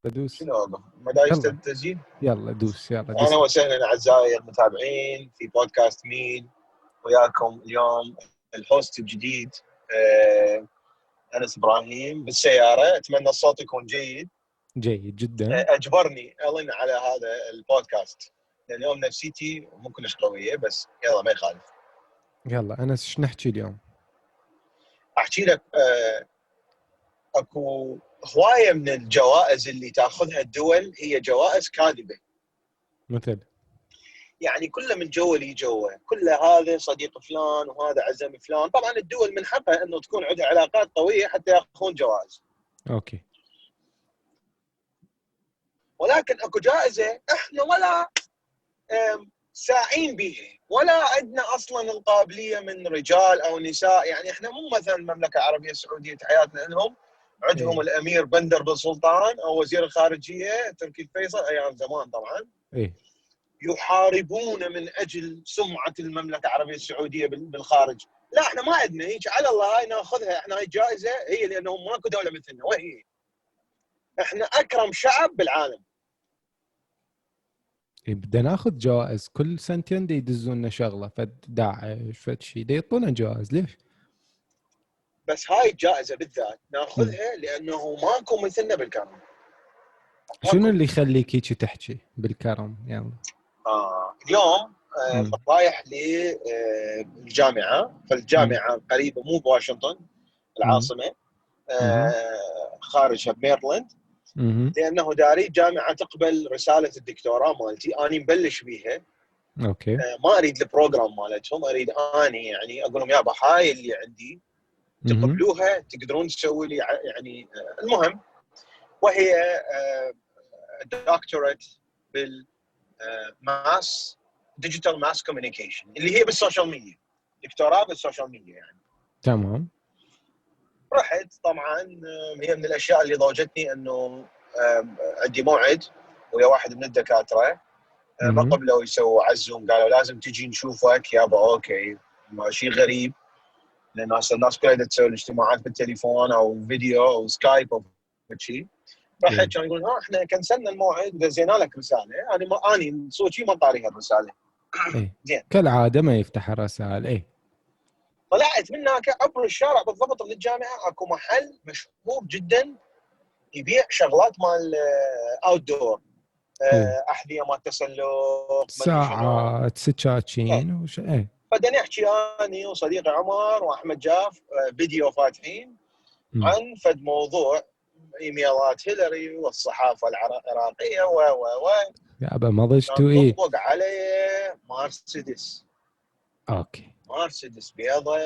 بدوس. شنو اوقف؟ ما دايس يلا. التسجيل؟ يلا دوس. يلا دوس. اهلا وسهلا اعزائي المتابعين في بودكاست مين. وياكم اليوم الهوست الجديد انس ابراهيم بالسياره. اتمنى الصوت يكون جيد. جيد جدا. اجبرني الين على هذا البودكاست لان اليوم نفسيتي مو كلش قويه، بس يلا ما يخالف. يلا أنس ايش نحكي اليوم؟ احكي لك اكو هوايه من الجوائز اللي تاخذها الدول هي جوائز كاذبه. مثل يعني كله من جوه لي جوه، كله هذا صديق فلان وهذا عزم فلان. طبعا الدول من حقها انه تكون عندها علاقات قويه حتى ياخذون جوائز، اوكي. ولكن اكو جائزه احنا ولا ساعين بيها، ولا عندنا اصلا القابليه من رجال او نساء. يعني احنا مو مثلا المملكه العربيه السعوديه حياتنا لهم عندهم الامير بندر بن سلطان او وزير الخارجيه تركي الفيصل ايام زمان طبعا يحاربون من اجل سمعه المملكه العربيه السعوديه بالخارج. لا احنا ما عندنا هيك، على الله هاي ناخذها احنا. هاي الجائزه هي لانه ماكو دوله مثلنا، وهي احنا اكرم شعب بالعالم. بدنا ناخذ جوائز كل سنتين، دي يدزون لنا شغله فد داعش فد شيء دي يعطونا جوائز ليش؟ بس هاي الجائزه بالذات ناخذها لانه ماكو مثلنا بالكرم. شنو اللي يخليك هيك تحكي بالكرم؟ يلا. اليوم رايح للجامعه، فالجامعه قريبه مو بواشنطن العاصمه، خارجها بميرلاند، لانه داري جامعه تقبل رساله الدكتوراه مالتي اني مبلش بيها. اوكي. ما اريد البروجرام مالتهم، اريد اني يعني اقول لهم يابا هاي اللي عندي تقبلوها، تقدرون تسوي لي يعني المهم. وهي دكتوراه بالماس ديجيتال ماس كوميونيكيشن اللي هي بالسوشيال ميديا، دكتوراه بالسوشيال ميديا يعني. تمام. رحت طبعا، هي من الاشياء اللي ضوجتني انه عندي موعد ويا واحد من الدكاتره، ما قبلوا يسووا عزم، قالوا لازم تجي نشوفك يابا. اوكي، ما شيء غريب لان الناس كلها تسوي الاجتماعات بالتليفون او فيديو او سكايب او شيء. رحت كان يقول احنا كنسلنا الموعد ودزينا لك رساله. اني صوتي ما طاري هالرساله. زين كالعاده ما يفتح الرسائل. طلعت من هناك عبر الشارع بالضبط من الجامعه اكو محل مشهور جدا يبيع شغلات مال اوت دور، احذيه مال تسلق، ساعات، سكاكين بدنا نحكي اني وصديقي عمر واحمد جاف فيديو فاتحين عن فد موضوع ايميلات هيلاري والصحافه العراقيه و يا ابا ما ضجتوا طبق عليه مرسيدس. اوكي. مرسيدس بيضة،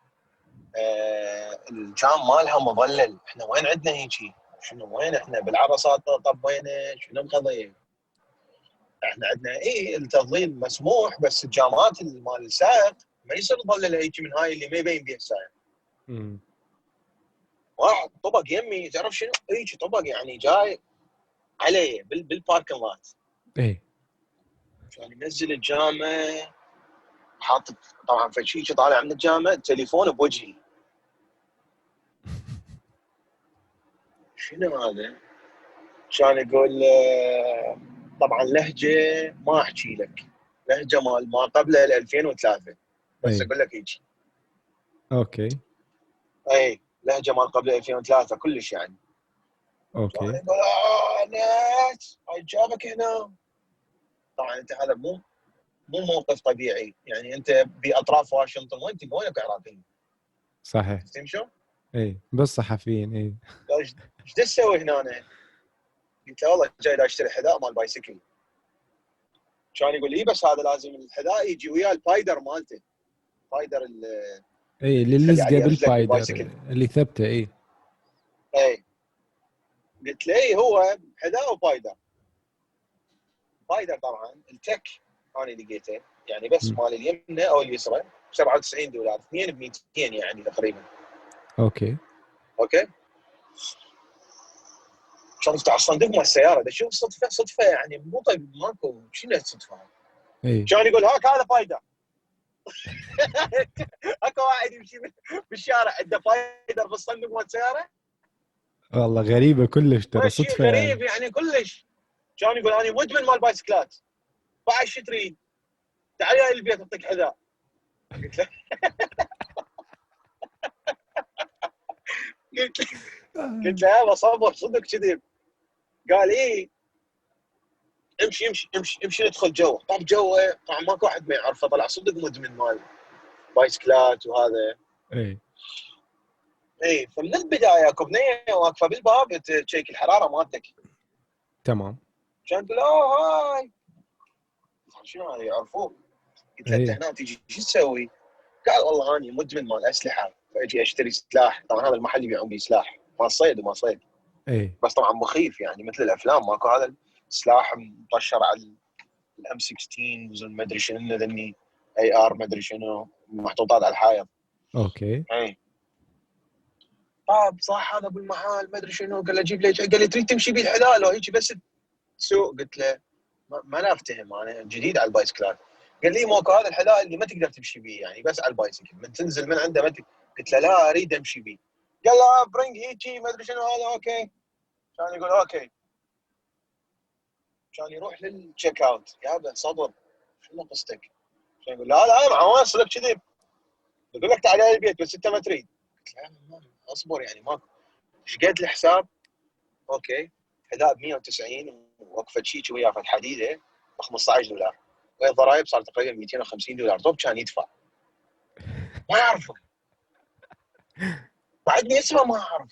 الجام مالها مظلل. احنا وين عندنا هيجي؟ شنو وين احنا بالعرصات طبينا؟ شنو القضيه؟ احنا عندنا التظليل مسموح، بس الجامات مال السائق ما يصير تظللها هيك من هاي اللي ما يبين بيها السائق. واحد طبق يمي، تعرف شنو؟ هيك طبق يعني جاي عليه بالباركنج لات. كان ينزل الجامه، حاطط طبعا فشي طالع من الجامه، التليفون بوجهي. شنو هذا؟ كان يقول طبعا لهجه ما احكي لك، لهجه مال ما قبل 2003، بس اقول لك هيك. اوكي. لهجه مال قبل 2003 كلش يعني. اوكي. كان يقول ناس هاي جابك هنا. طبعا انت هذا مو موقف طبيعي، يعني انت باطراف واشنطن وانت وينك عراقيين. صحيح. تمشوا؟ بس صحفيين. ايش تسوي هنا؟ قلت له والله جاي اشتري حذاء مال بايسكل. كان يقول لي بس هذا لازم الحذاء يجي وياه البايدر مالته، بايدر اللي لزقه بالبايدر اللي ثبته. قلت له هو حذاء وبايدر. بايدر طبعا التك انا لقيته يعني بس مال اليمنى او اليسرى $97، 2 ب 200 يعني تقريبا. اوكي شفت على الصندوق مال السياره، ده شوف صدفه يعني مو طيب، ماكو شنو الصدفه. كان يقول هاك هذا بايدر. اكو واحد يمشي بالشارع عنده بايدر بالصندوق مال السياره. والله غريبة كلش ترى، شيء صدفة غريب يعني. يعني كلش. كان يقول انا مدمن مال بايسكلات، بعد شو تريد؟ تعال يا البيت اعطيك حذاء. قلت له قلت له قلت له يابا صبر صدق كذب. قال ايه امشي امشي امشي امشي ندخل جوه. طب جوه طبعا ماكو واحد ما يعرفه، طلع صدق مدمن مال بايسكلات وهذا. اي اي فمن البدايه اكو بنيه واقفه بالباب تشيك الحراره مالتك. تمام. كان تقول اوه هاي شنو هذا يعرفوه. قلت له انت اي هنا تجي شو تسوي؟ قال والله اني مدمن مال اسلحه، فاجي اشتري سلاح. طبعا هذا المحل يبيعون به سلاح مال صيد وما صيد، اي بس طبعا مخيف يعني مثل الافلام. ماكو هذا السلاح مطشر على الام 16 وما ادري شنو ذني اي ار ما ادري شنو محطوطات على الحائط. اوكي. اي طاب صح هذا ابو المحل ما ادري شنو. قال له اجيب لي، قال لي تريد تمشي بيه الحلال لو هيك بس تسوق؟ قلت له ما لا افتهم انا جديد على البايسكلات. قال لي ماكو هذا الحذاء اللي ما تقدر تمشي بيه يعني بس على البايسكل من تنزل من عنده ما قلت له لا اريد امشي بيه. قال له برنج هيجي ما ادري شنو هذا. اوكي كان يقول اوكي. كان يروح للتشيك اوت يابا صبر شنو قصتك؟ كان يقول لا لا مع واصلك كذب، يقول لك تعال البيت بس انت ما تريد. قلت له لا اصبر يعني ماكو. ايش قد الحساب؟ اوكي حذاء ب 190 ووقفه شيك وياه فد حديده ب $15 والضرائب صار تقريبا $250. طب كان يدفع ما اعرفه، بعدني اسمه ما اعرفه.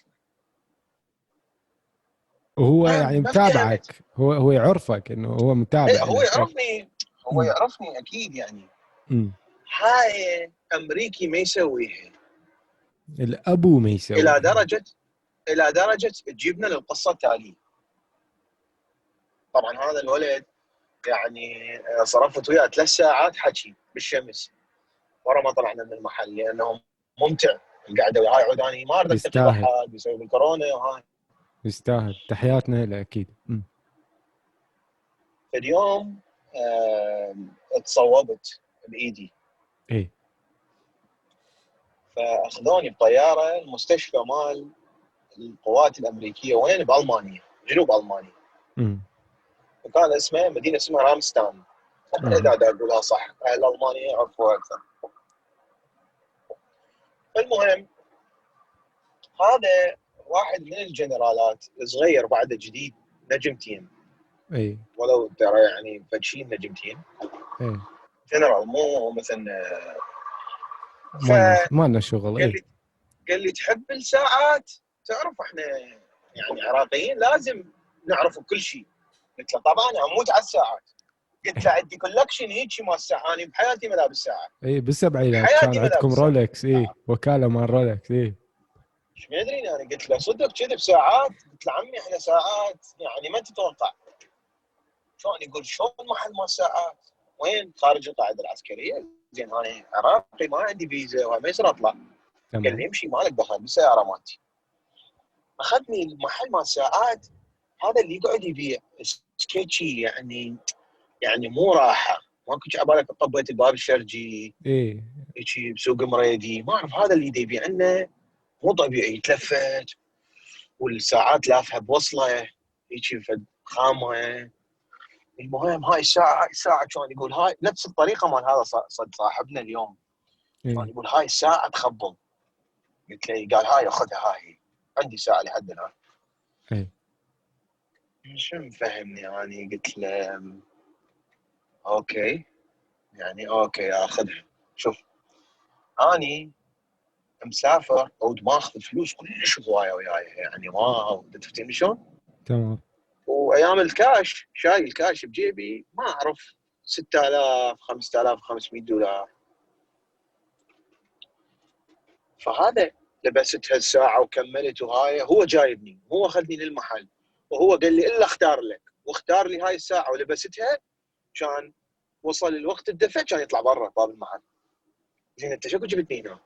وهو يعني ما افتهمت. متابعك، هو يعرفك انه هو متابع ايه هو لك. اي. يعرفني، هو امم يعرفني اكيد يعني. امم هاي امريكي ما يسويها. الابو ما الى يسويها. درجه الى درجه تجيبنا للقصه التاليه. طبعا هذا الولد يعني صرفت وياه 3 ساعات حكي بالشمس ورا ما طلعنا من المحل لانه ممتع القعده وياي. عود اني ما اريد التقي يستاهل، بحد بسبب الكورونا وهاي. يستاهل، تحياتنا له اكيد. فاليوم تصوبت بايدي، اي. فاخذوني بطياره المستشفى مال القوات الامريكيه وين بالمانيا جنوب المانيا. امم وكان اسمه مدينه اسمها رامستان. اها. اذا اقولها صح اهل المانيا يعرفوها اكثر. المهم هذا واحد من الجنرالات صغير بعده جديد نجمتين، اي. ولو ترى يعني فشين نجمتين. اي. جنرال مو مثلا. ما لنا شغل. فقال اي. لي قال لي تحب الساعات؟ تعرف احنا يعني عراقيين لازم نعرف كل شيء. قلت له طبعا اموت على الساعات. قلت له عندي كولكشن هيك مال ساعه، انا بحياتي ما لابس ساعه، اي بالسبعينات كان بحياتي ما عندكم لابس ساعه. رولكس، اي وكالة مال رولكس. اي. ايش ما ادري انا. قلت له صدق كذب ساعات؟ قلت له عمي احنا ساعات يعني ما تتوقع. شلون يقول شلون محل مال ساعات؟ وين؟ خارج القاعده العسكريه. زين انا عراقي ما عندي فيزا وما يصير اطلع. قال تمام. لي امشي مالك دخل بالسياره مالتي. اخذني المحل مال ساعات. هذا اللي يقعد يبيع سكتشي يعني مو راحه. ما كنت عبالك طبيت الباب الشرجي اي. هيك بسوق مريدي ما اعرف. هذا اللي يبيع عندنا مو طبيعي يتلفت والساعات لافها بوصله هيك فد خامه. المهم هاي الساعه كان يقول هاي نفس الطريقه مال هذا صد صاحبنا اليوم. كان اي. يقول هاي الساعه تخبل. قلت له قال هاي اخذها هاي عندي ساعه لحد الان. اي. شو مفهمني يعني؟ قلت له اوكي يعني اوكي اخذها. شوف اني مسافر عود ماخذ فلوس كلش هوايه وياي يعني واو تفتهم شلون؟ تمام. وايام الكاش شايل كاش بجيبي ما اعرف 6000 $5500. فهذا لبست هالساعه وكملت وهاي. هو جايبني هو اخذني للمحل وهو قال لي الا اختار لك واختار لي هاي الساعه ولبستها. كان وصل الوقت الدفع كان يطلع برا باب المحل. زين انت شو جبتني هنا؟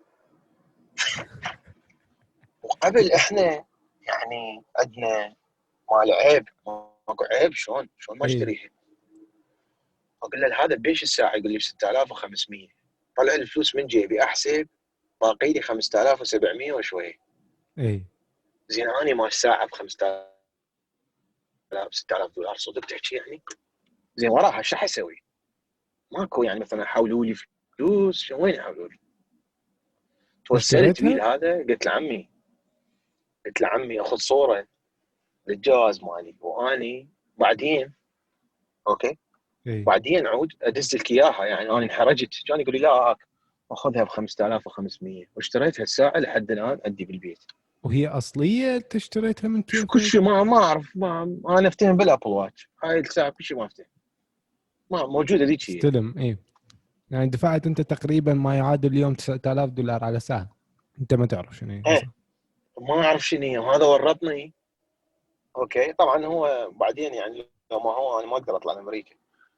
وقبل احنا يعني عندنا مال عيب ماكو عيب شلون ما اي. اشتريها. اقول له هذا بيش الساعه؟ يقول لي ب 6500. طلع الفلوس من جيبي احسب باقي لي 5700 وشوي. اي. زين اني مال ساعه ب 5000 $6000 صدق تحكي يعني؟ زين وراها شو حسوي؟ ماكو يعني مثلا حولوا لي فلوس، وين يحولوا لي؟ توسلت بيه اشتريتها؟ هذا، قلت له عمي اخذ صوره للجواز مالي، واني بعدين اوكي اي. بعدين عود ادز لك اياها. يعني انا انحرجت، كان يقول لي لا هاك اخذها ب 5500 واشتريتها الساعه لحد الان عندي بالبيت. وهي اصليه انت اشتريتها من كل كيفك؟ شيء ما اعرف، ما انا افتهم بالابل واتش، هاي الساعه كل شيء ما افتهم، ما موجوده ذيك هي. استلم اي. يعني دفعت انت تقريبا ما يعادل اليوم $9000 على ساعه، انت ما تعرف شنو هي ايه اصلا. ما اعرف شنو هي، وهذا ورطني. اوكي طبعا هو بعدين يعني لو ما هو انا ما اقدر اطلع لامريكا.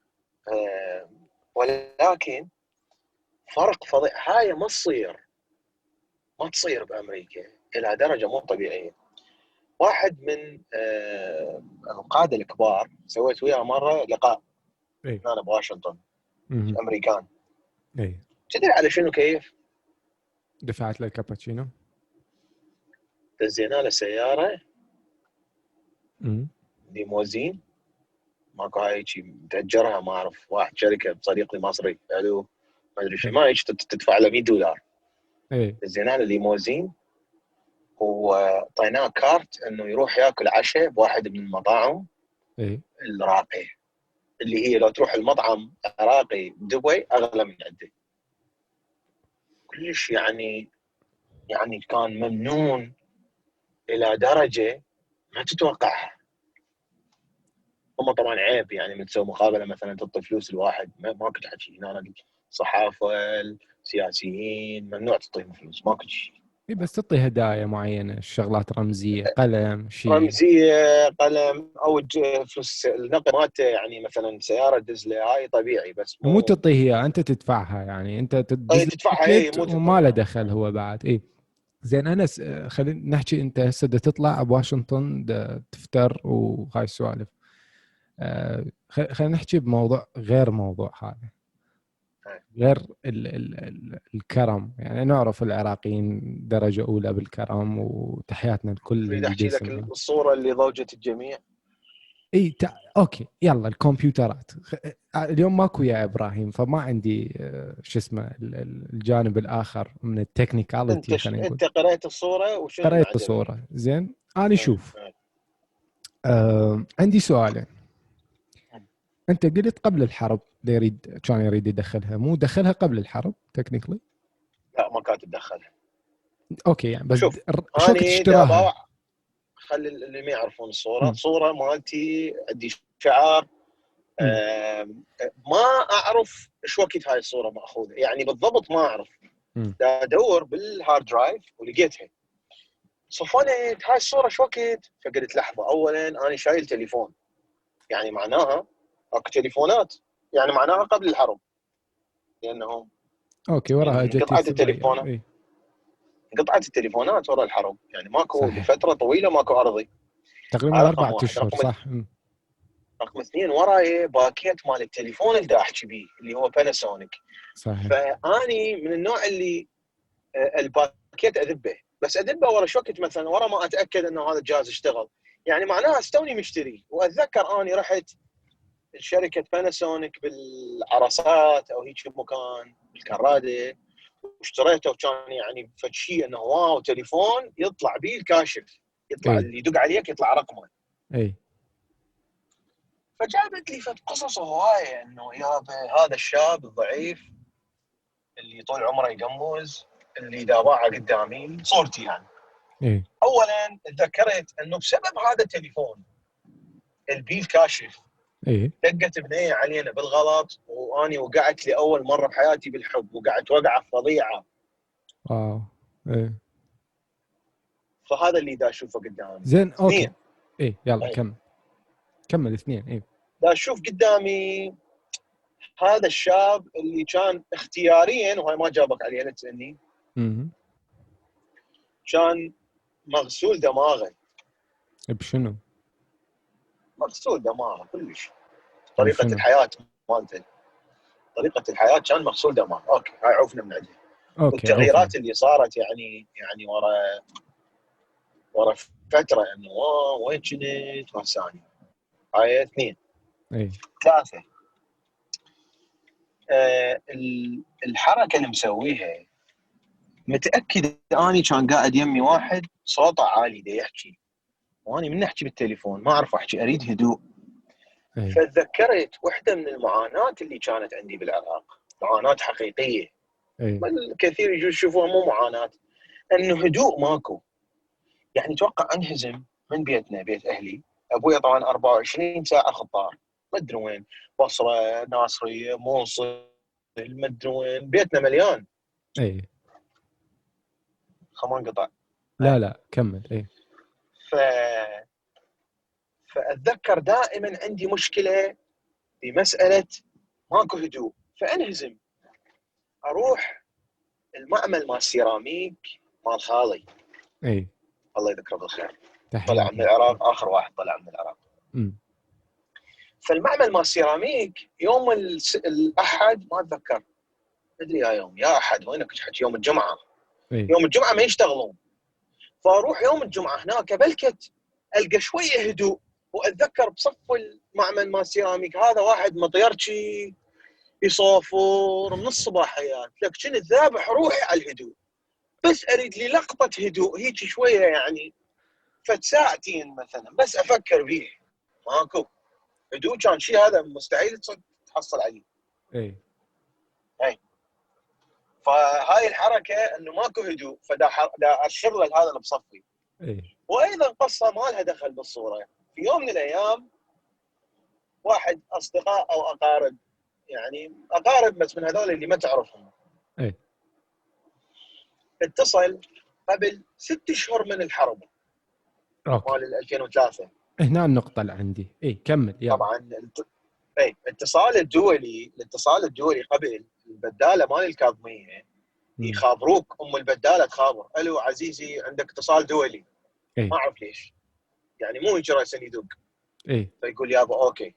ولكن فرق فظيع، هاي ما تصير بامريكا الى درجه مو طبيعيه. واحد من القاده الكبار سويت وياه مره لقاء اي. هنا بواشنطن، اها. امريكان. اي. تدري على شنو كيف؟ دفعت له كابتشينو. دزينا له سياره امم. ليموزين، ماكو هاي شيء تاجرها، ما اعرف واحد شركه صديقي مصري الو ما ادري شو، اي. ما هيك تدفع له $100. اي. دزينا له ليموزين وطيناه كارت انه يروح ياكل عشاء بواحد من المطاعم اي. الراقيه، اللي هي لو تروح المطعم عراقي بدبي اغلى من عنده كلش. يعني كان ممنون الى درجه ما تتوقعها. هم طبعا عيب يعني من تسوي مقابله مثلا تعطي فلوس الواحد، ما كنت حكي هنا. انا الصحافه السياسيين ممنوع تعطيهم فلوس، ما كنت شيء. اي بس تعطي هدايا معينه، شغلات رمزيه، قلم، شيء. رمزيه قلم او فلوس النقد مالته، يعني مثلا سياره دز له هاي طبيعي، بس ومو مو تعطيه اياها، انت تدفعها، يعني انت تدز له تدفعها. اي تيكت مو وما له تعطيها. دخل هو بعد. اي. زين انا خلينا نحكي، انت هسه تطلع بواشنطن تفتر وهاي السوالف. خلينا نحكي بموضوع غير موضوع هذا، غير الكرم. يعني نعرف العراقيين درجة أولى بالكرم، وتحياتنا لكل تريد اللي احكي لك بيسمعون. الصوره اللي ضوجت الجميع؟ اي اوكي يلا الكمبيوترات. اليوم ماكو يا ابراهيم، فما عندي شو اسمه الجانب الاخر من التكنيكاليتي خلينا نقول. انت قرأت الصوره وشنو قريت انعجبك؟ الصورة زين. انا شوف، آه. عندي سؤالين. انت قلت قبل الحرب كان يريد يدخلها، مو دخلها قبل الحرب تكنيكلي؟ لا ما كانت تدخلها. اوكي يعني بس شوف شو وقت اني دابا اشتراها؟ خلي اللي ما يعرفون الصوره، مم. صوره مالتي عندي شعار. مم. ما اعرف ايش وقت هاي الصوره ماخوذه، يعني بالضبط ما اعرف. مم. دا ادور بالهارد درايف ولقيتها. صفنت هاي الصوره ايش وقت؟ فقلت لحظه، اولا انا شايل تليفون، يعني معناها اكو تليفونات، يعني معناها قبل الحرب، لانهم اوكي وراها يعني اجت انقطعت يكتب ايام. التليفونات، اي. انقطعت التليفونات ورا الحرب، يعني ماكو صحيح. لفتره طويله ماكو ارضي. تقريبا هذا رقم اربعة واحد. اشهر صح. مم. رقم اثنين وراي باكيت مال التليفون اللي دا احكي بيه اللي هو باناسونيك. صحيح. فاني من النوع اللي الباكيت اذبه، بس اذبه ورا شوكت مثلا، ورا ما اتاكد انه هذا الجهاز اشتغل. يعني معناها استوني مشتري. واتذكر اني رحت شركه باناسونيك بالعرصات او هيك مكان بالكراده واشتريته، وكان يعني فد شيء انه واو تليفون يطلع بيه الكاشف، يطلع اي. اللي يدق عليك يطلع رقمه. اي. فجابت لي فد قصص هوايه انه يابا هذا الشاب الضعيف اللي طول عمره يقمز، اللي اذا باعه قدامي صورتي يعني. اي. اولا تذكرت انه بسبب هذا التليفون البيل كاشف، اي. دقت بنيه علينا بالغلط، واني وقعت لاول مره بحياتي بالحب، وقعت وقعه فظيعه. واو. اي. فهذا اللي دا اشوفه قدامي. زين اوكي. اثنين، اي يلا أي. كمل اثنين. اي. دا اشوف قدامي هذا الشاب اللي كان اختياريا، وهاي ما جابك عليه لا تسالني، مم. كان مغسول دماغه. بشنو؟ مغسول دماغه كلش. يعني طريقه شنو؟ الحياه مالته، طريقه الحياه كان مغسول دماغ. اوكي هاي عوفنا من عندها. اوكي عوفنا. والتغييرات اللي صارت يعني ورا فتره انه وين كنت وهساني. هاي 2. اي 3 الحركه اللي مسويها متاكد اني كان قاعد يمي واحد صوته عالي دا يحكي، واني من احكي بالتليفون ما اعرف احكي، اريد هدوء. اي فتذكرت واحده من المعاناه اللي كانت عندي بالعراق، معاناه حقيقيه. اي الكثير يجوز يشوفوها مو معاناه، انه هدوء ماكو. يعني توقع انهزم من بيتنا، بيت اهلي. ابويا طبعا 24 ساعه خطار، ما ادري وين، بصره، ناصريه، موصل، ما ادري وين، بيتنا مليان. اي خمان قطع. لا لا كمل. اي ف... فاتذكر دائما عندي مشكله في مساله ماكو هدوء، فانهزم. اروح المعمل مال السيراميك مال خالي، اي الله يذكره بالخير، طلع من تحياتي. العراق، اخر واحد طلع من العراق. فالمعمل مال السيراميك يوم الاحد، ما اتذكر، ادري يا يوم يا احد وينك تحكي، يوم الجمعه. اي يوم الجمعه ما يشتغلون، فاروح يوم الجمعه هناك بلكت القى شويه هدوء. واتذكر بصف المعمل مال السيراميك هذا واحد مطيرشي يصافر من الصباح، حياك لك كنت ذابح روحي على الهدوء، بس اريد لي لقطه هدوء هيك شويه، يعني فت ساعتين مثلا بس افكر بيه. ماكو هدوء، كان شيء هذا مستحيل تحصل عليه. اي هاي فهاي الحركه انه ماكو هدوء، فدا اشر له هذا اللي بصفي. اي وايضا قصه ما لها دخل بالصوره. في يوم من الايام واحد اصدقاء او اقارب، يعني اقارب بس من هذول اللي ما تعرفهم، اي اتصل قبل 6 اشهر من الحرب اوكي. مال 2003. هنا النقطة اللي عندي. اي كمل يلا. طبعا الاتصال الدولي قبل البداله مال الكاظميه يخابروك، ام البداله تخابر، الو عزيزي عندك اتصال دولي. اي ما اعرف ليش، يعني مو هيك راسا يدق. اي فيقول يابا اوكي.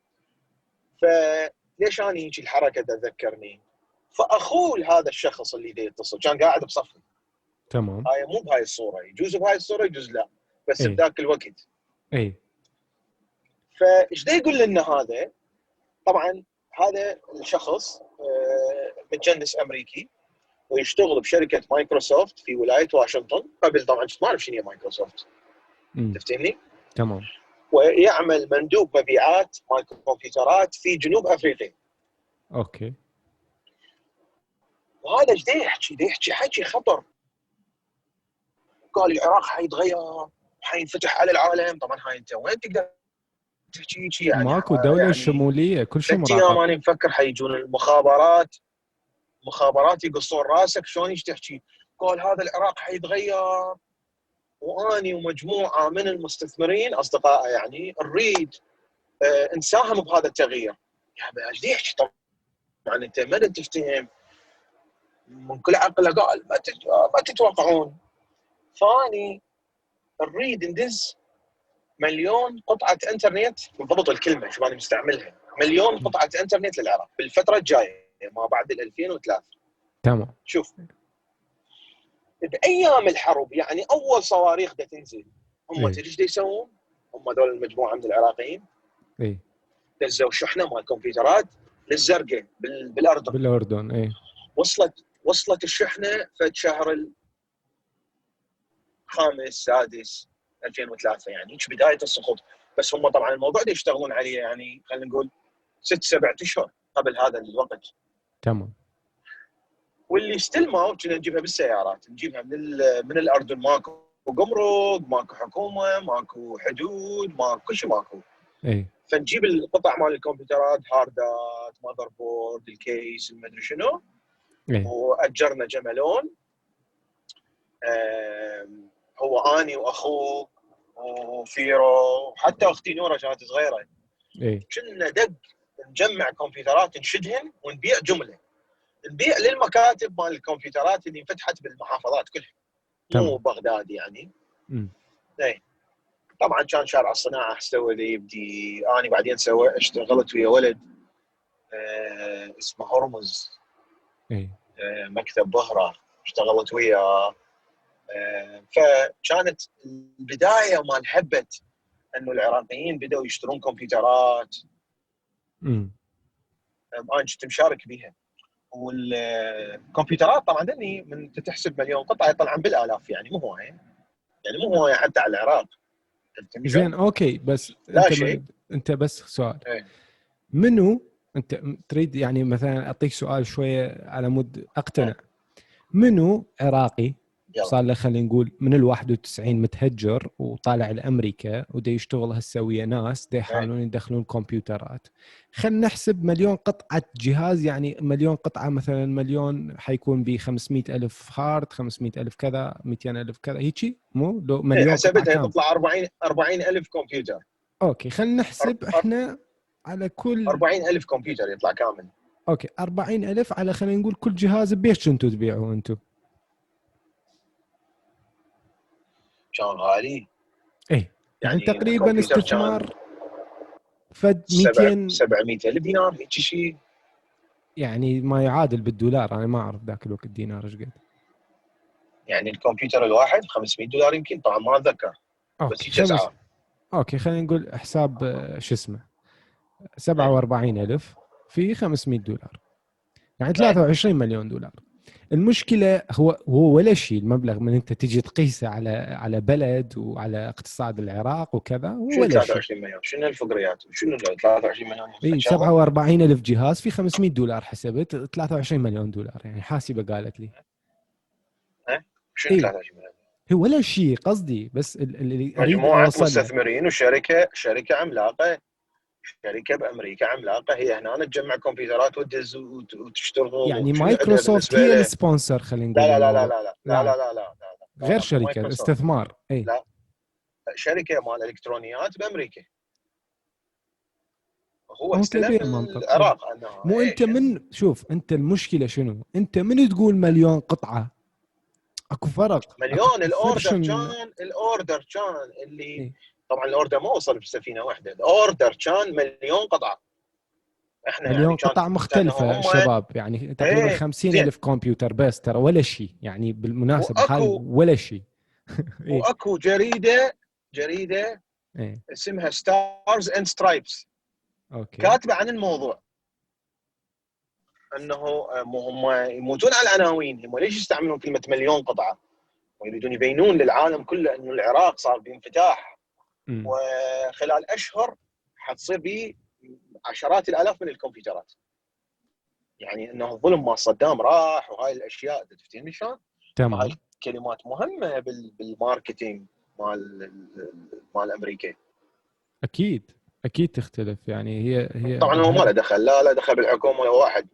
فليش انا هيك الحركه تذكرني؟ فاخوه هذا الشخص اللي دا يتصل كان قاعد بصفي. تمام. هاي مو بهاي الصوره، يجوز بهاي الصوره يجوز لا، بس اي بذاك الوقت. اي فايش دا يقول لنا هذا؟ طبعا هذا الشخص متجنس امريكي، ويشتغل بشركه مايكروسوفت في ولايه واشنطن. قبل طبعا ما اعرف شنو هي مايكروسوفت، تفتهمني؟ تمام. ويعمل مندوب مبيعات مال كمبيوترات في جنوب افريقيا. اوكي. وهذا ايش دا يحكي حكي خطر. قال العراق حيتغير، حينفتح على العالم. طبعا هاي انت وين تقدر تحكي هيك؟ يعني ماكو دولة يعني شمولية كل شيء 3 ايام مراقب. انا مفكر حيجون مخابرات يقصون راسك. شلون ايش تحكي؟ قال هذا العراق حيتغير، واني ومجموعه من المستثمرين اصدقائه يعني نريد نساهم بهذا التغيير. يا ايش يحكي؟ طبعا انت ما تفتهم من كل عقله. قال ما تتوقعون، فاني نريد ندز 1,000,000 قطعه انترنت، بالضبط الكلمه شو انا مستعملها، 1,000,000 قطعه انترنت للعراق بالفتره الجايه ما بعد 2003. تمام. شوف، بايام الحرب يعني اول صواريخ دا تنزل، هم تدري ايش دا يسوون؟ هم هذول المجموعه من العراقيين اي دزوا شحنه مال كمبيوترات للزرقاء بالاردن. بالاردن. اي وصلت الشحنه في شهر الخامس السادس 2003، يعني هيك بدايه السقوط. بس هم طبعا الموضوع ده يشتغلون عليه يعني خلينا نقول 6-7 اشهر قبل هذا الوقت. تمام. واللي استلموا كنا نجيبها بالسيارات، نجيبها من الاردن. ماكو جمرك، ماكو حكومه، ماكو حدود، ماكو شيء، ماكو. اي فنجيب القطع مال الكمبيوترات، هاردات، ماذر بورد، الكيس، المدري شنو. اي واجرنا جملون، هو اني واخوه وفيرو، وحتى اختي نوره كانت صغيره. اي كنا دق نجمع كمبيوترات، نشدهم ونبيع جمله، نبيع للمكاتب مال الكمبيوترات اللي انفتحت بالمحافظات كلها، مو تمام. بغداد يعني. اي طبعا كان شارع الصناعه استوى ذي يبدي. انا بعدين اشتغلت ويا ولد اسمه هرمز، اي مكتب بهره، اشتغلت وياه. فكانت البدايه مال هبه انه العراقيين بداوا يشترون كمبيوترات. انا كنت مشارك بيها. والكمبيوترات طبعا دني من تحسب مليون قطعه يطلعن بالالاف، يعني مو هوايه، يعني مو هوايه حتى على العراق. زين اوكي، بس لا شيء. انت بس سؤال. ايه. منو انت تريد يعني مثلا اعطيك سؤال شويه على مود اقتنع. منو عراقي صار له خلينا نقول من ال91 متهجر وطالع لامريكا ودي يشتغل هالسويه ناس دي يحاولون يدخلون كمبيوترات. خلينا نحسب مليون قطعه جهاز، يعني مليون قطعه مثلا مليون حيكون ب 500,000 هارد، 500,000 كذا، 200,000 كذا هيجي، مو لو مليون قطعه حسبتها كام؟ تطلع 40,000 كمبيوتر. اوكي خلينا نحسب احنا على كل 40,000 كمبيوتر يطلع كامل. اوكي 40,000 على خلينا نقول كل جهاز بيش انتم تبيعوه انتم؟ كان غالي. ايه يعني تقريبا استثمار فد 700,000 دينار هيك شيء، يعني ما يعادل بالدولار. انا ما اعرف ذاك الوقت دينار ايش قد. يعني الكمبيوتر الواحد $500 يمكن، طبعا ما اتذكر بس هيك اسعار. اوكي خلينا نقول حساب شو اسمه 47,000 في $500 يعني 23 مليون دولار. المشكله هو ولا شيء المبلغ من انت تجي تقيسه على بلد وعلى اقتصاد العراق وكذا، هو ولا شيء. 23 مليون شنو الفقريات؟ شنو 23 مليون؟ اي 47,000 جهاز في $500 حسبت 23 مليون دولار، يعني حاسبه قالت لي. شنو 23 مليون؟ هو ولا شيء قصدي، بس اللي اريد مجموعه اوصل مستثمرين وشركه عملاقه، شركه بامريكا عملاقه هي هنا تجمع كمبيوترات وتدز وتشتغل. يعني مايكروسوفت هي السبونسر خلينا نقول لا لا لا الموضوع. لا لا لا لا لا لا غير شركه استثمار. اي لا، شركه مال الكترونيات بامريكا. هو استلم العراق. مو انت من شوف انت المشكله شنو؟ انت من تقول مليون قطعه اكو فرق. مليون الاوردر كان اللي طبعا الاوردر ما وصل بسفينه واحده، الاوردر كان مليون قطعه. احنا مليون يعني قطعه مختلفه شباب، يعني تقريبا 50,000 كمبيوتر بس، ترى ولا شيء يعني بالمناسبه هاي ولا شيء. واكو جريده اسمها ستارز اند سترايبس كاتبه عن الموضوع انه هم يموتون على العناوين. هم ليش يستعملون كلمه مليون قطعه؟ ويريدون يبينون للعالم كله انه العراق صار بانفتاح وخلال اشهر حتصير به عشرات الالاف من الكمبيوترات. يعني انه الظلم مال صدام راح وهاي الاشياء، تفتهمني شلون؟ تمام. هاي كلمات مهمه بالماركتينج مال امريكا. اكيد تختلف، يعني هي طبعا هو ما له دخل، لا دخل بالحكومه ولا واحد.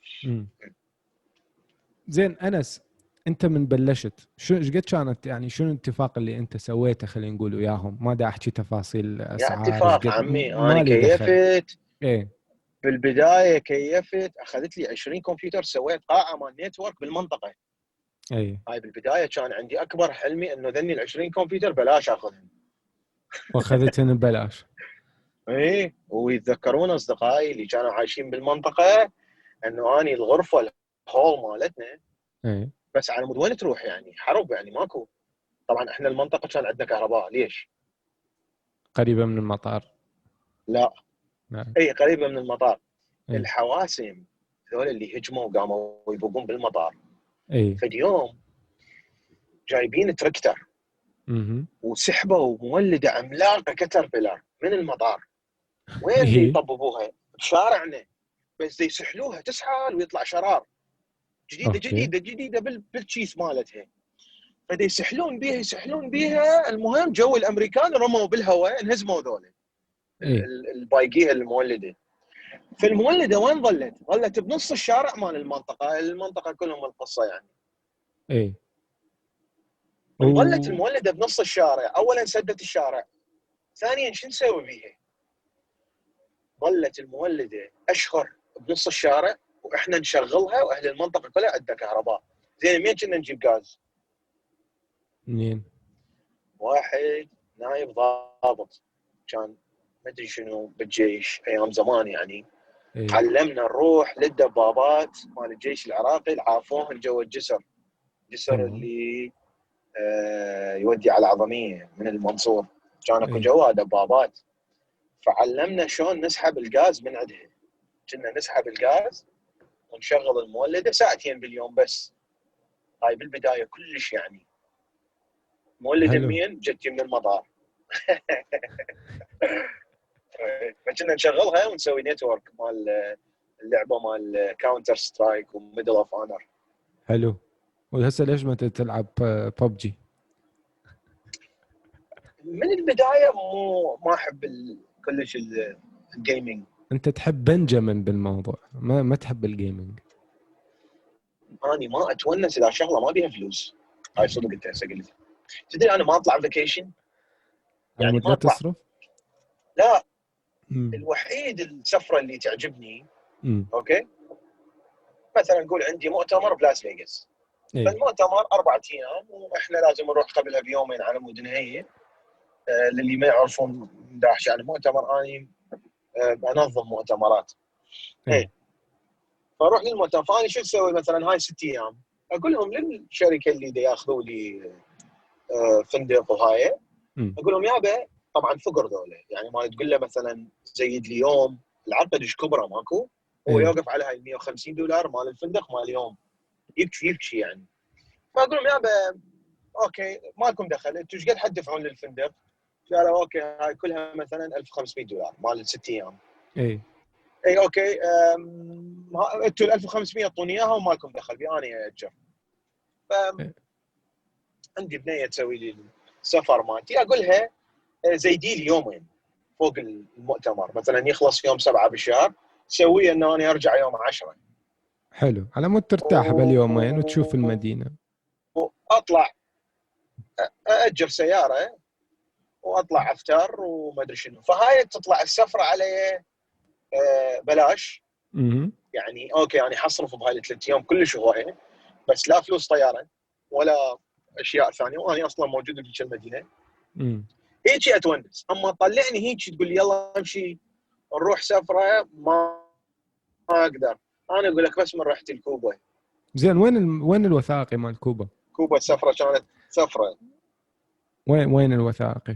زين انس، انت من بلشت شو ايش قد كانت يعني شنو الاتفاق اللي انت سويته خلينا نقول وياهم؟ ما دا احكي تفاصيل اسعار. يا اتفاق عمي، انا كيفت. ايه بالبدايه كيفت، اخذت لي 20 كمبيوتر، سويت قاعه مال نتورك بالمنطقه. اي هاي بالبدايه كان عندي اكبر حلمي انه ذني ال 20 كمبيوتر بلاش اخذهم. واخذتهم ببلاش. ايه، ويتذكرون اصدقائي اللي كانوا عايشين بالمنطقه انه اني الغرفه الهول مالتنا ايه بس على مود وين تروح، يعني حرب، يعني ماكو. طبعا احنا المنطقه كان عندنا كهرباء. ليش؟ قريبه من المطار. لا اي قريبه من المطار. إيه. الحواسم هذول اللي هجموا وقاموا يبقون بالمطار. اي في اليوم جايبين تركتر وسحبوا مولده عملاقه كتربلر من المطار. وين دي يطببوها؟ بشارعنا، بس دي يسحلوها تسحل ويطلع شرار جديده بالتشيس مالتها. فدي يسحلون بيها. المهم جو الامريكان رموا بالهواء، انهزموا ذولا البايقيها المولده. فالمولده وين ظلت بنص الشارع مال المنطقه كلهم القصه يعني. اي ظلت المولده بنص الشارع. اولا سدت الشارع، ثانيا شو نسوي بيها؟ ظلت المولده اشهر بنص الشارع واحنا نشغلها واهل المنطقه كلها عندها كهرباء. زين منين كنا نجيب غاز؟ منين؟ واحد نايب ضابط كان ما ادري شنو بالجيش ايام زمان يعني. علمنا نروح للدبابات مال الجيش العراقي، العافوهم جو الجسر اللي يودي على عظميه من المنصور، كان اكو جوا دبابات، فعلمنا شلون نسحب الغاز من عندها. كنا نسحب الغاز ونشغل المولده ساعتين باليوم بس. هاي بالبدايه كلش يعني. مولده منين؟ جتي من المطار. فكنا نشغلها ونسوي نتورك مال اللعبه مال كاونتر سترايك وميدل اوف اونر. حلو. وهسه ليش ما تلعب ببجي؟ من البدايه ما احب كلش الجيمنج. انت تحب بنجامين بالموضوع، ما تحب الجيمنج. اني ما اتونس اذا شغله ما بيها فلوس. هاي صدق انت هسه قلت. تدري انا ما اطلع فيكيشن يعني ما تصرف. لا. الوحيد السفره اللي تعجبني اوكي، مثلا نقول عندي مؤتمر بلاس فيغاس، فالمؤتمر 4 ايام واحنا لازم نروح قبلها بيومين على مود نهائي. للي ما يعرفون داحش عن المؤتمر، اني انظم مؤتمرات. فاروح للمؤتمر، فاني شو اسوي مثلا هاي 6 ايام؟ اقول لهم للشركه اللي ياخذوا لي فندق وهاي، اقول لهم يابا طبعا فقر ذولا، يعني ما تقول له مثلا زيد لي يوم، العقد ايش كبره ماكو، هو يوقف على هاي $150 مال الفندق مال اليوم، يبكي يعني. فاقول لهم يابا اوكي مالكم دخل، انتم ايش قد حتدفعون للفندق؟ قالوا اوكي هاي كلها مثلا $1500 مال ال6 ايام. اي اوكي انتم ال 1500 اعطوني اياها ومالكم دخل بي، انا اجر. عندي بنيه تسوي لي السفر مالتي، اقولها زيدي لي يومين فوق المؤتمر، مثلا يخلص يوم 7 بالشهر، سويه انه انا ارجع يوم 10. حلو، على مود ترتاح باليومين وتشوف المدينه. واطلع اجر سياره واطلع افتر وما ادري شنو، فهاي تطلع السفره علي بلاش. يعني اوكي يعني حصرف بهاي ال3 ايام كلش هوايه، بس لا فلوس طياره ولا اشياء ثانيه، وانا اصلا موجود في المدينه. هيك اتونس. اما طلعني هيك تقول لي يلا نمشي نروح سفره، ما اقدر. انا اقول لك بس من رحت الكوبا. زين وين الوثائقي مال كوبا؟ كوبا السفره كانت سفره. وين الوثائقي؟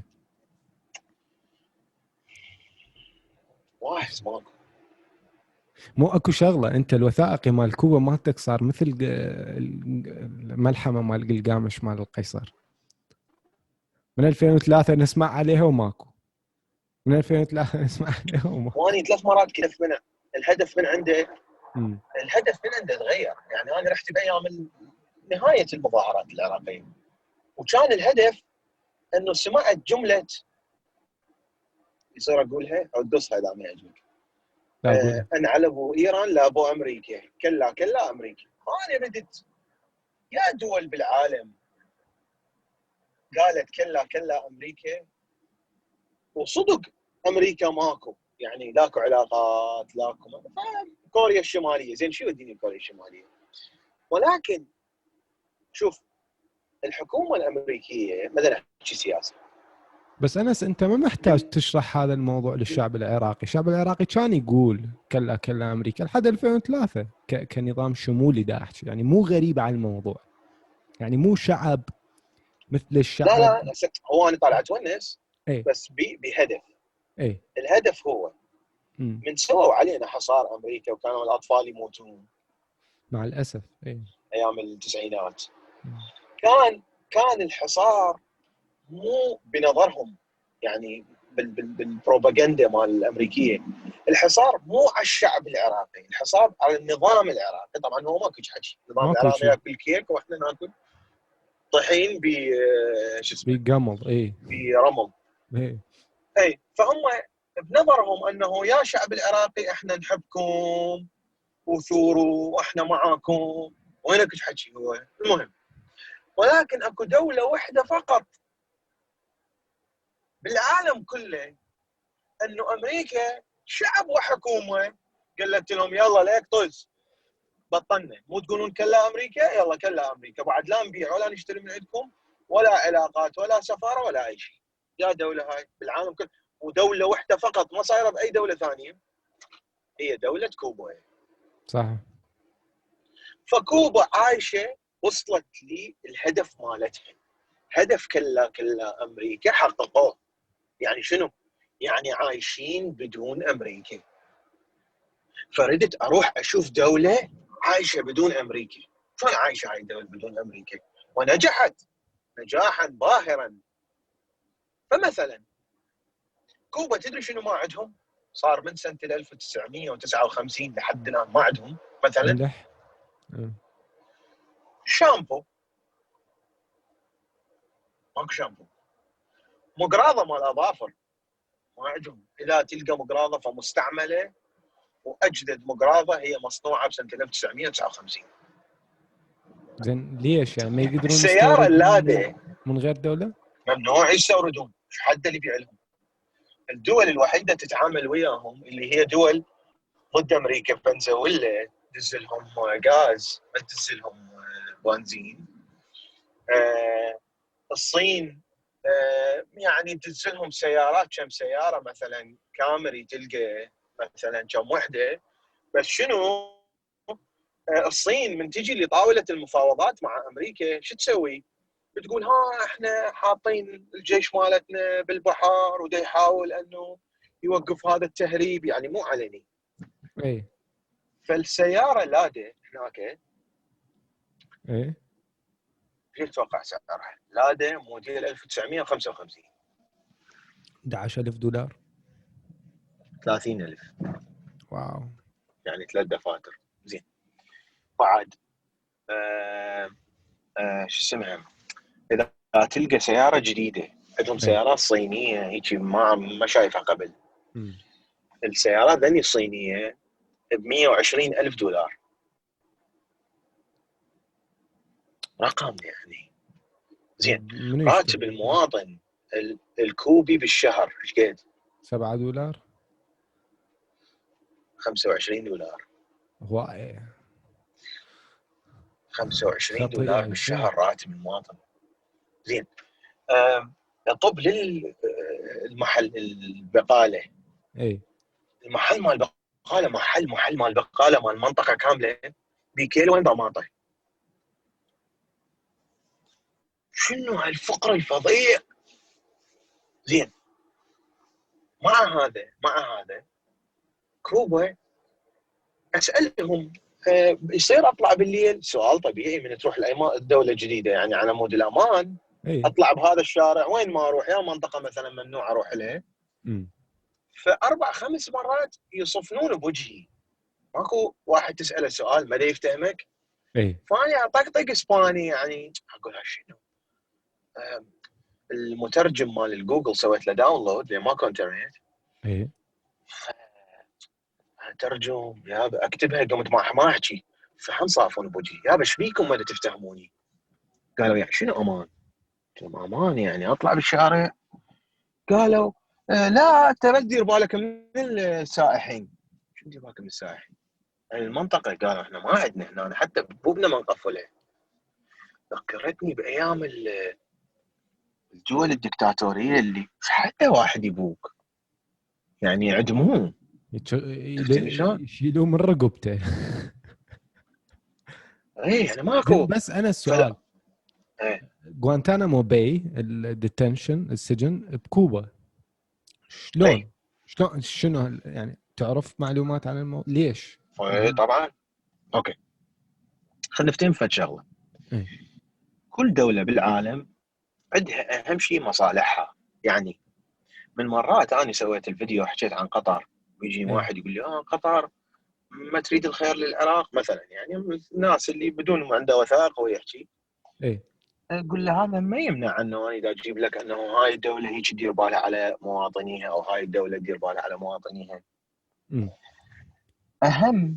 واحد ماكو. مو اكو شغله، انت الوثائقي مال كوبا مالتك صار مثل الملحمه مال قلقامش مال القيصر، من 2003 نسمع عليها وماكو، من 2003 نسمع عليها وماكو. واني 3 مرات كيف منه الهدف من عنده. الهدف من عنده تغير. يعني انا رحت بايام نهايه المظاهرات العراقيه، وكان الهدف انه سمعت جمله يصير اقولها او تدوسها اذا ما يعجبك. ان على ابو ايران لا ابو امريكا، كلا امريكا. انا ردت يا دول بالعالم قالت كلا امريكا، وصدق امريكا ماكو، يعني لاكو علاقات لاكو. كوريا الشماليه زين شو يوديني كوريا الشماليه؟ ولكن شوف الحكومه الامريكيه مثلا احكي سياسه، بس انس انت ما محتاج تشرح هذا الموضوع للشعب العراقي. الشعب العراقي كان يقول كلا امريكا لحد 2003 كنظام شمولي دا احكي، يعني مو غريب على الموضوع، يعني مو شعب مثل الشعب. لا هو انا طالع اتونس بس بهدف. الهدف هو من سووا علينا حصار امريكا وكانوا الاطفال يموتون مع الاسف. ايام التسعينات. كان الحصار مو بنظرهم، يعني بالبروباغندا مال الامريكيه، الحصار مو على الشعب العراقي، الحصار على النظام العراقي. طبعا هو ماكو حكي، النظام العراقي ياكل كيك واحنا ناكل طحين شو اسمه بقمض. برمل. فهم بنظرهم انه يا شعب العراقي احنا نحبكم وثوروا واحنا معاكم، وينك حكي هو. المهم، ولكن اكو دوله واحده فقط بالعالم كله انه امريكا شعب وحكومه قالت لهم يلا ليك طز، بطلنا، مو تقولون كلا امريكا، يلا كلا امريكا، بعد لا نبيع ولا نشتري من عندكم ولا علاقات ولا سفاره ولا اي شيء. يا دوله هاي بالعالم كله، ودوله واحده فقط ما صايره باي دوله ثانيه، هي دوله كوبا. صح. فكوبا عايشه وصلت لي الهدف مالتها. هدف كله امريكا حققوه. يعني شنو؟ يعني عايشين بدون امريكا. فردت اروح اشوف دوله عايشه بدون امريكا، شلون عايشه هاي الدوله بدون امريكا؟ ونجحت نجاحا باهرا. فمثلا كوبا تدري شنو ما عندهم؟ صار من سنه 1959 لحد الان ما عندهم مثلا شامبو، ماكو شامبو. مقراضه مال اظافر ما عندهم، اذا تلقى مقراضه فمستعمله، واجدد مقراضه هي مصنوعه بسنه 1959. زين ليش يعني ما يقدرون السياره يستوردون اللاده من غير دوله؟ ممنوع يستوردون، ايش حد اللي يبيع لهم؟ الدول الوحيده تتعامل وياهم اللي هي دول ضد امريكا، فنزويلا تدز لهم غاز، ما تدز لهم بنزين. الصين يعني تدز لهم سيارات، كم سياره مثلا كامري تلقى مثلا كم وحده. بس شنو الصين من تجي لطاوله المفاوضات مع امريكا شو تسوي؟ بتقول ها احنا حاطين الجيش مالتنا بالبحر ودا يحاول انه يوقف هذا التهريب، يعني مو علني. اي فالسياره لاده هناك اي ايش تتوقع سعرها؟ لاده موديل 1955 $11,000. 30,000، واو. يعني 3 دفاتر. زين بعد شو اسمها، اذا تلقى سياره جديده عندهم سيارات صينيه هيك ما شايفها قبل. السيارات ذني الصينيه ب $120,000. رقم يعني زين. راتب المواطن الكوبي بالشهر ايش قد؟ $7. $25. واي $25 بالشهر راتب المواطن. زين طب للمحل البقاله، اي المحل مال بقاله محل مال بقاله مال منطقه كامله بكيلو وين ضماطه. شنو هالفقر الفظيع. زين مع هذا كوبا اسالهم يصير اطلع بالليل؟ سؤال طبيعي من تروح الدوله الجديده يعني على مود الامان. اطلع بهذا الشارع وين ما اروح، يا منطقه مثلا ممنوع اروح لها. فاربع خمس مرات يصفنون بوجهي، ماكو واحد تساله سؤال ما يفتهمك. فاني اطقطق اسباني يعني اقول شنو. المترجم مال الجوجل سويت له داونلود لان ماكو انترنت. ترجم يابا اكتبها قمت ما احكي. فهم صافون بوجهي يابا ايش بيكم ما تفتهموني؟ قالوا يعني شنو امان؟ قلت لهم امان يعني اطلع بالشارع؟ قالوا لا انت ما تدير بالك من السائحين. شو تدير بالك من السائحين؟ يعني المنطقه قالوا احنا ما عندنا هنا حتى بوبنا ما نقفله. ذكرتني بايام الدول الدكتاتوريه اللي حتى واحد يبوك يعني يعدموه يشيلوه من رقبته. ايه يعني ماكو. بس انا السؤال غوانتانامو باي الديتنشن السجن بكوبا شلون شنو يعني تعرف معلومات عن الموضوع ليش؟ طبعا اوكي خلينا نفتهم فد شغله. كل دوله بالعالم عندها اهم شيء مصالحها. يعني من مرات انا سويت الفيديو حكيت عن قطر، ويجي واحد يقول لي قطر ما تريد الخير للعراق مثلا، يعني الناس اللي بدون ما عنده وثائق ويحكي. اقول له هذا ما يمنع انه انا اذا اجيب لك انه هاي الدوله هيك تدير بالها على مواطنيها او هاي الدوله تدير بالها على مواطنيها. اهم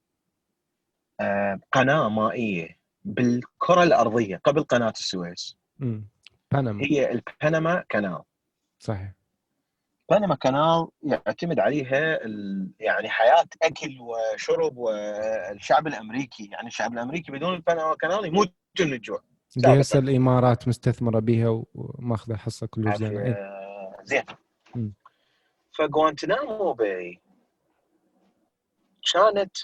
قناه مائيه بالكره الارضيه قبل قناه السويس هي البنما كانال. صحيح. بنما كانال يعتمد عليها يعني حياه اكل وشرب والشعب الامريكي. يعني الشعب الامريكي بدون البنما كانال يموت من الجوع. هسه الامارات مستثمره بها وماخذه حصه كلش زينه. زين. فغوانتنامو باي كانت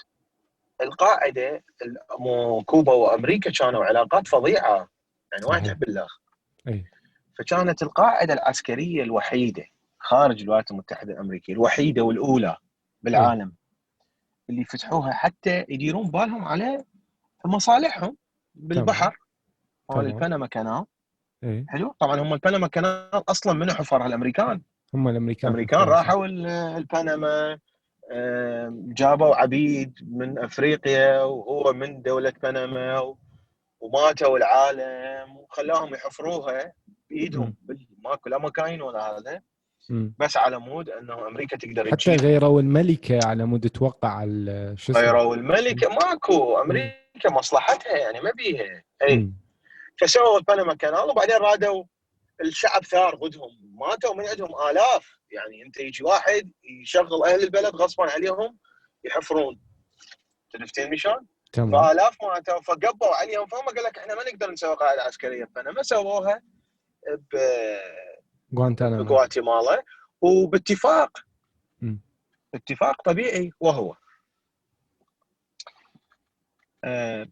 القاعده كوبا وامريكا كانوا علاقات فظيعه يعني واحد يحب الله. اي فكانت القاعده العسكريه الوحيده خارج الولايات المتحده الامريكيه، الوحيده والاولى اي بالعالم اللي فتحوها حتى يديرون بالهم على مصالحهم تمام بالبحر مال تمام. البنما كانال. اي حلو. طبعا هم البنما كانال اصلا من حفرها الامريكان. هم الامريكان الامريكان حفروها صح. راحوا البنما، جابوا عبيد من افريقيا وهو من دوله بنما، وماتوا العالم وخلاهم يحفروها بايدهم، ماكو لا مكاين ولا هذا، امم. بس على مود انه امريكا تقدر حتى تجيبهم. غيروا الملكة على مود توقع شو اسمه. غيروا الملكه، ماكو، امم. امريكا مصلحتها يعني ما بيها اي. امم. فسووا البنما كانال، وبعدين رادوا الشعب ثار ضدهم، ماتوا من عندهم آلاف. يعني انت يجي واحد يشغل اهل البلد غصبا عليهم يحفرون، عرفتين شلون؟ تمام. فآلاف ماتوا، فقبوا عليهم، فهم قال لك احنا ما نقدر نسوي قاعده عسكريه ببنما، سووها غوانتنامو. بغواتيمالا، وباتفاق، امم. اتفاق طبيعي، وهو آه،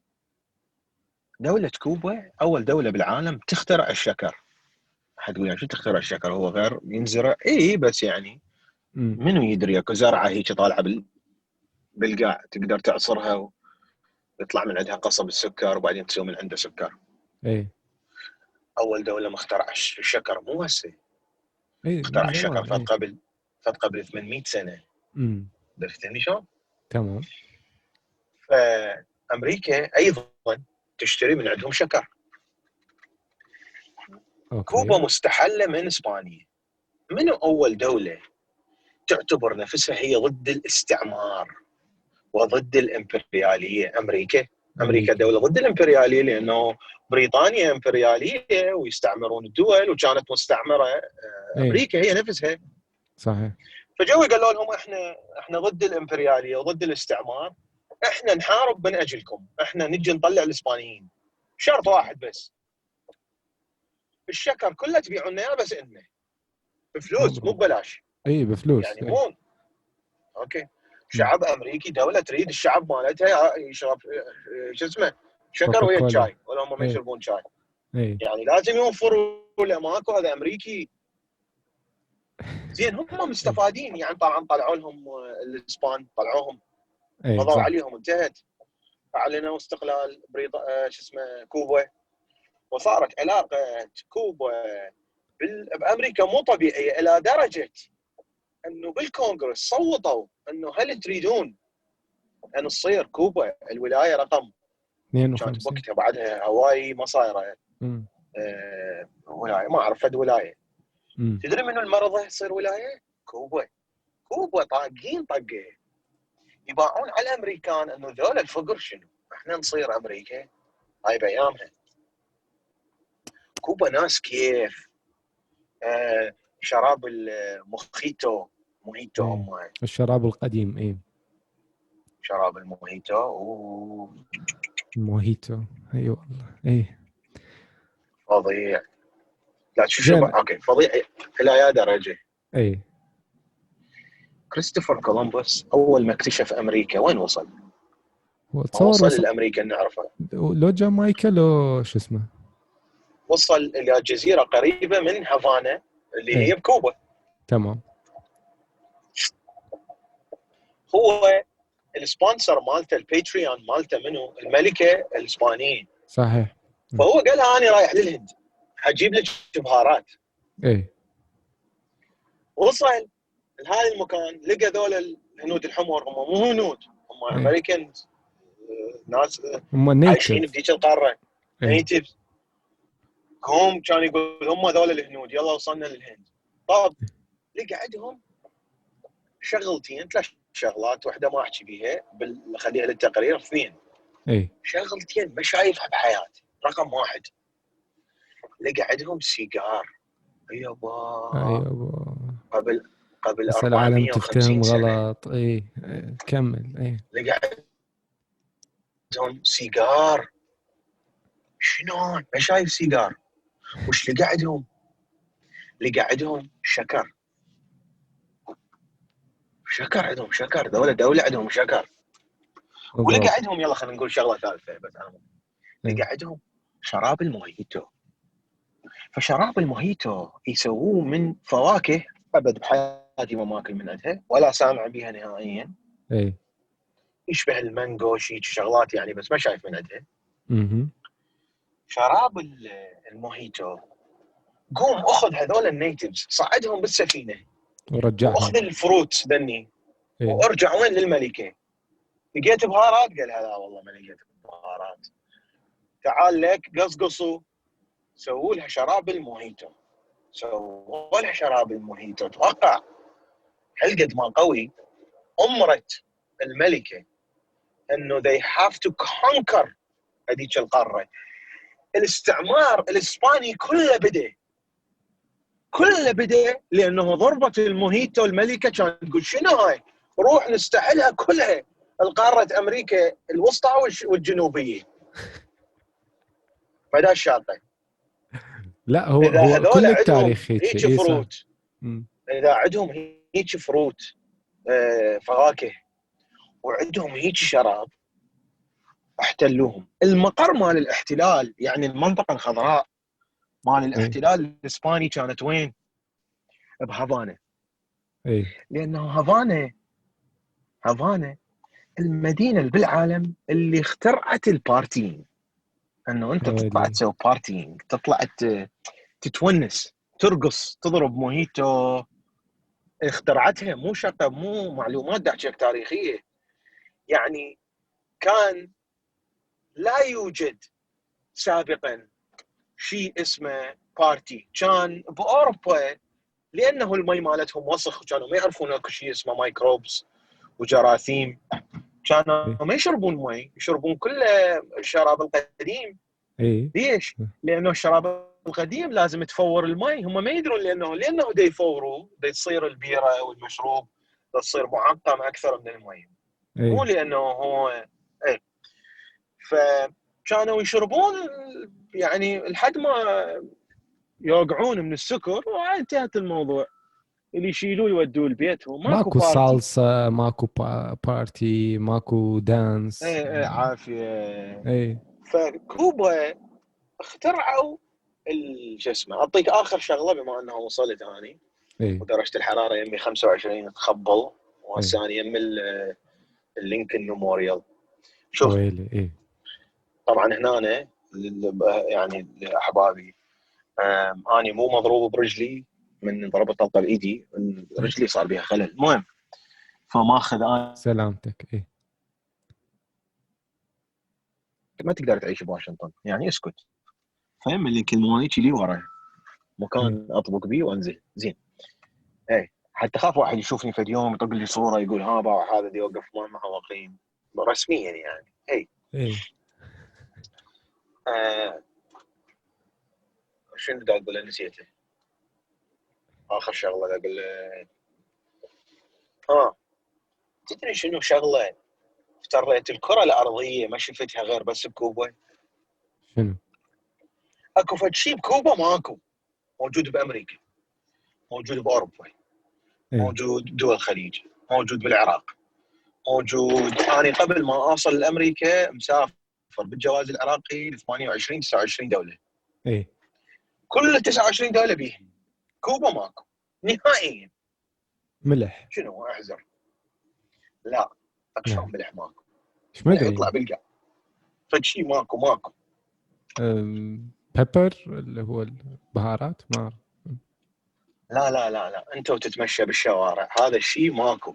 دولة كوبا أول دولة بالعالم تخترع الشكر. أحد يقول يعني شو تخترع الشكر؟ هو غير ينزرع، إي بس يعني امم. منو يدري اكو زرعة هيك طالعة بالقاع تقدر تعصرها ويطلع من عندها قصب السكر وبعدين تسوي من عنده سكر. اي أول دولة مخترع الشكر مو هسه، اي من اخترع الشكر زمان فات اي. قبل 800 سنة. امم. عرفتني شلون؟ تمام. فأمريكا أيضا تشتري من عندهم شكر. كوبا اوكي. مستحلة من إسبانيا. منو أول دولة تعتبر نفسها هي ضد الاستعمار وضد الإمبريالية؟ أمريكا. أمريكا امريكا. دولة ضد الإمبريالية، لأنه بريطانيا إمبريالية ويستعمرون الدول، وكانت مستعمرة اي أمريكا هي نفسها. صحيح. فجو قالوا لهم احنا ضد الامبرياليه وضد الاستعمار، احنا نحارب من اجلكم، احنا نجي نطلع الاسبانيين، شرط واحد بس، الشكر كله تبيعوا لنا اياه بس انه بفلوس مو مبروك. ببلاش. اي بفلوس يعني اي. مو اوكي. مم. شعب امريكي، دوله تريد الشعب مالتها يشرب شو اسمه شكر كوكا ويا كولا. الشاي، ولا هم ما اي يشربون شاي؟ اي. يعني لازم يوفروا له، ماكو هذا امريكي. زين هم اي مستفادين يعني، طبعا طلعوا لهم الاسبان، طلعوهم اي قضوا صح. عليهم، انتهت. اعلنوا استقلال شو اسمه كوبا، وصارت علاقه كوبا بامريكا مو طبيعيه، الى درجه انه بالكونغرس صوتوا انه هل تريدون ان تصير كوبا الولايه رقم، كانت 52. بوقتها بعدها هواي ما صايره امم. ولايه، ما اعرف فد ولايه. امم. تدري منو المرضى تصير ولايه؟ كوبا. كوبا طاقين طقه، يباعون على الامريكان انه ذولا الفقر شنو، احنا نصير امريكا. هاي بايامها. كوبا ناس كيف. شراب الموخيتو، موهيتو اي هم، الشراب القديم اي. شراب الموهيتو موهيتو. اي والله اي. فظيع. لا شو زين. اوكي فظيع الى يا درجه. اي كريستوفر كولومبوس اول ما اكتشف امريكا وين وصل؟ هو ما تصور وصل وصل لامريكا اللي نعرفها، لو جامايكا لو شو اسمه. وصل الى جزيره قريبه من هافانا اللي اي هي بكوبا. تمام. هو السبونسر مالته، الباتريون مالته منو؟ الملكه الاسبانيه. صحيح. فهو قال انا رايح للهند حجيب لك بهارات. اي وصل لهذا المكان لقى ذول الهنود الحمر، هم مو هنود، هم اي امريكان، ناس هم عايشين نيتف. بديك القاره، اي نيتيف. هم كان يقول هم ذول الهنود، يلا وصلنا للهند. طب لقى عندهم شغلتين، ثلاث شغلات، واحده ما احكي بيها، خليها للتقرير. اثنين اي شغلتين ما شايفها بحياتي. رقم واحد، لقى عندهم سيجار. يابا، ايوه. قبل بس العالم 450 تفتهم سنه غلط اي. إيه. كمل اي. لقى عندهم سيجار. شلون ما شايف سيجار؟ وش لقى عندهم؟ لقى عندهم شكر. شكر عندهم، شكر، دوله عندهم شكر. ولقى بالضبط. عندهم، يلا خلينا نقول شغله ثالثه بس انا، اي لقى عندهم شراب الموهيتو. فشراب الموهيتو يسووه من فواكه ابد بحياتي ما ماكل من عندها ولا سامع بها نهائيا. اي يشبه المانجو شيء شغلات يعني، بس ما شايف من عندها. اها شراب الموهيتو، قوم اخذ هذول النيتيفز صعدهم بالسفينه ورجعهم. واخذ الفروت ذني اي وارجع وين للملكه. لقيت بهارات؟ قال لا والله ما لقيت بهارات. تعال لك قصقصوا سووا لها شراب الموهيتو. سووا لها شراب الموهيتو. اتوقع هل قد ما قوي امرت الملكه انه they have to conquer هذيك القاره. الاستعمار الاسباني كله بدا لانه ضربت الموهيتو. الملكه كانت تقول شنو هاي؟ روح نستحلها كلها القاره امريكا الوسطى والجنوبيه. فدا الشاطئ. لا هو اذا هو هذول كل عندهم التاريخ هيك. هيك اي صح. فروت، اذا عندهم هيك فروت فواكه وعندهم هيك شراب، احتلوهم. المقر مال الاحتلال يعني المنطقه الخضراء مال الاحتلال الاسباني كانت وين؟ بهافانا. اي لانه هافانا المدينه اللي بالعالم اللي اخترعت البارتين. انه انت تطلع تسوي بارتينج، تطلع تتونس، ترقص، تضرب موهيتو. اخترعتها، مو شقه، مو معلومات دحشك تاريخيه. يعني كان لا يوجد سابقا شيء اسمه بارتي. كان باوروبا لانه المي مالتهم وسخ وكانوا ما يعرفون اكو شيء اسمه مايكروبس وجراثيم، كانوا ما يشربون مي، يشربون كله الشراب القديم. اي ليش؟ لانه الشراب القديم لازم تفور المي. هم ما يدرون لانه دا يفوروا دا تصير البيره والمشروب دا تصير معقم اكثر من المي، مو لانه هو اي. فكانوا يشربون يعني لحد ما يوقعون من السكر وانتهت الموضوع. اللي يشيلوه يودوه لبيتهم. ماكو بارتي. صالصة، ماكو بارتي، ماكو دانس. اي عافيه. اي فكوبا اخترعوا شو اسمه. اعطيك اخر شغله بما انه وصلت اني اي ودرجه الحراره يمي 25 تخبل، اي وهسه يمي اللينكن ميموريال. شوف، ويلي. اي طبعا هنا يعني احبابي، اني مو مضروب برجلي من ضربت طلقه بايدي، رجلي صار بها خلل. المهم فماخذ انا، سلامتك. اي ما تقدر تعيش بواشنطن يعني اسكت. فهم اللينكن مالي لي ورا مكان اطبق بيه وانزل زين. اي حتى خاف واحد يشوفني في يوم يطق لي صوره يقول ها باع هذا دي يوقف مال محوقين رسميا يعني. اي اي شنو بدي اقول؟ نسيته. اخر شغله بدي اقول تدري شنو شغله افتريت الكره الارضيه ما شفتها غير بس بكوبا. شنو؟ اكو فد شيء بكوبا ماكو، موجود بامريكا، موجود باوروبا، موجود بدول الخليج، موجود بالعراق، موجود. انا قبل ما اوصل لامريكا مسافر بالجواز العراقي ل 28 29 دوله. اي كل 29 دوله بيهم. كوبا ماكو نهائيا. ملح. شنو احزر؟ لا شلون ملح ماكو؟ ايش ما ملح ادري. يطلع بالقاع. فد شيء ماكو. بيبر اللي هو البهارات، ما اعرف. لا انت وتتمشى بالشوارع هذا الشيء ماكو.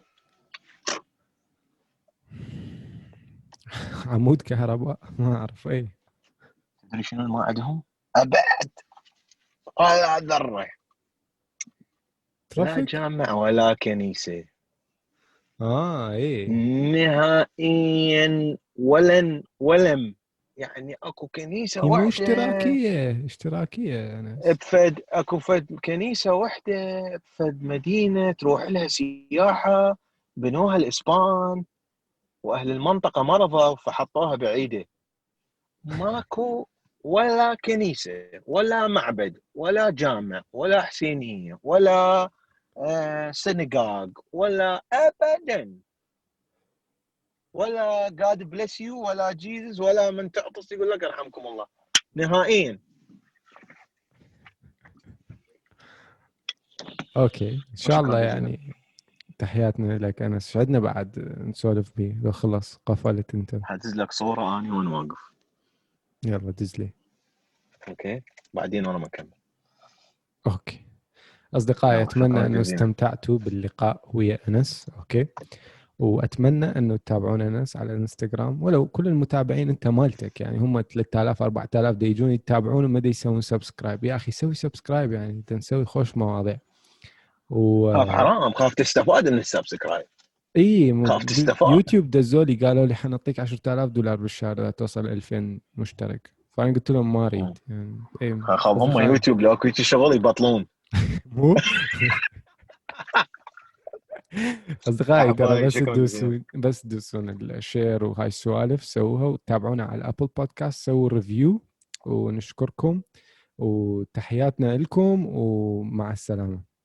عمود كهرباء ما اعرف. اي تدري شنو ما عندهم؟ ابد ولا ذره. لا ترافيك. جامع ولا كنيسه. اي نهائيا ولم. يعني اكو كنيسه هي مو واحده اشتراكيه يا ناس. اكو فد كنيسه واحده بفد مدينه تروح لها سياحه، بنوها الاسبان واهل المنطقه مرضى فحطوها بعيده. ماكو ولا كنيسه ولا معبد ولا جامع ولا حسينيه ولا سيناغوج ولا ابدا، ولا God bless you ولا جيزس ولا من تعطس يقول لك ارحمكم الله نهائيا. اوكي ان شاء وشكرا الله جزيلا. يعني. تحياتنا لك انس، سعدنا بعد نسولف بيه لو خلص قفلت انت. حدز لك صورة اني وانا واقف. يلا دزلي. اوكي بعدين وانا مكمل. اوكي اصدقائي، يلا اتمنى شكرا انه جزيلا. استمتعتوا باللقاء ويا انس. اوكي، واتمنى انه تتابعون انس على الانستغرام، ولو كل المتابعين انت مالتك يعني هم 3000 4000 دا يجون يتابعون وما دا يسوون سبسكرايب. يا اخي سوي سبسكرايب، يعني تنسوي خوش مواضيع. و خاف حرام، خاف تستفاد من السبسكرايب. اي خاف تستفاد. يوتيوب دزولي قالوا لي حنعطيك $10,000 بالشهر اذا توصل 2000 مشترك، فانا قلت لهم ما اريد يعني. اي خاف هم اصدقائي يوتيوب لو اكو شغل يبطلون. مو اصدقائي ترى احبائي بس شكرا جزيلا. تدوسون الشير وهاي السوالف سووها، وتابعونا على الابل بودكاست، سووا ريفيو، ونشكركم وتحياتنا لكم ومع السلامة.